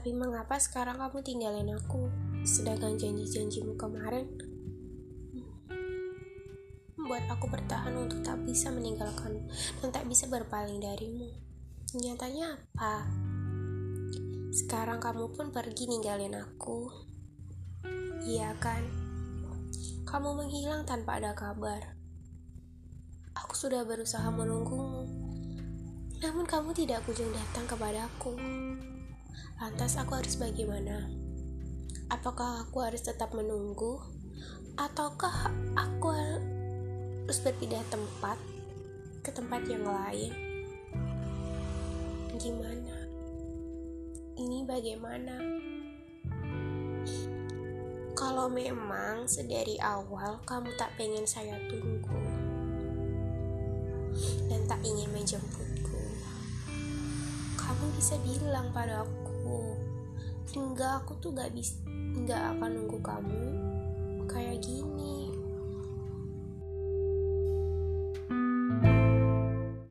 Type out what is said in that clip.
Tapi mengapa sekarang kamu tinggalin aku? Sedangkan janji-janjimu kemarin membuat aku bertahan untuk tak bisa meninggalkanmu dan tak bisa berpaling darimu. Nyatanya apa? Sekarang kamu pun pergi ninggalin aku. Iya kan? Kamu menghilang tanpa ada kabar. Aku sudah berusaha menunggumu, namun kamu tidak kunjung datang kepadaku. Lantas aku harus bagaimana? Apakah aku harus tetap menunggu? Ataukah aku harus berpindah tempat ke tempat yang lain? Gimana? Ini bagaimana? Kalau memang sedari awal kamu tak pengen saya tunggu dan tak ingin menjemputku, kamu bisa bilang pada aku, hingga aku tuh gak akan nunggu kamu kayak gini.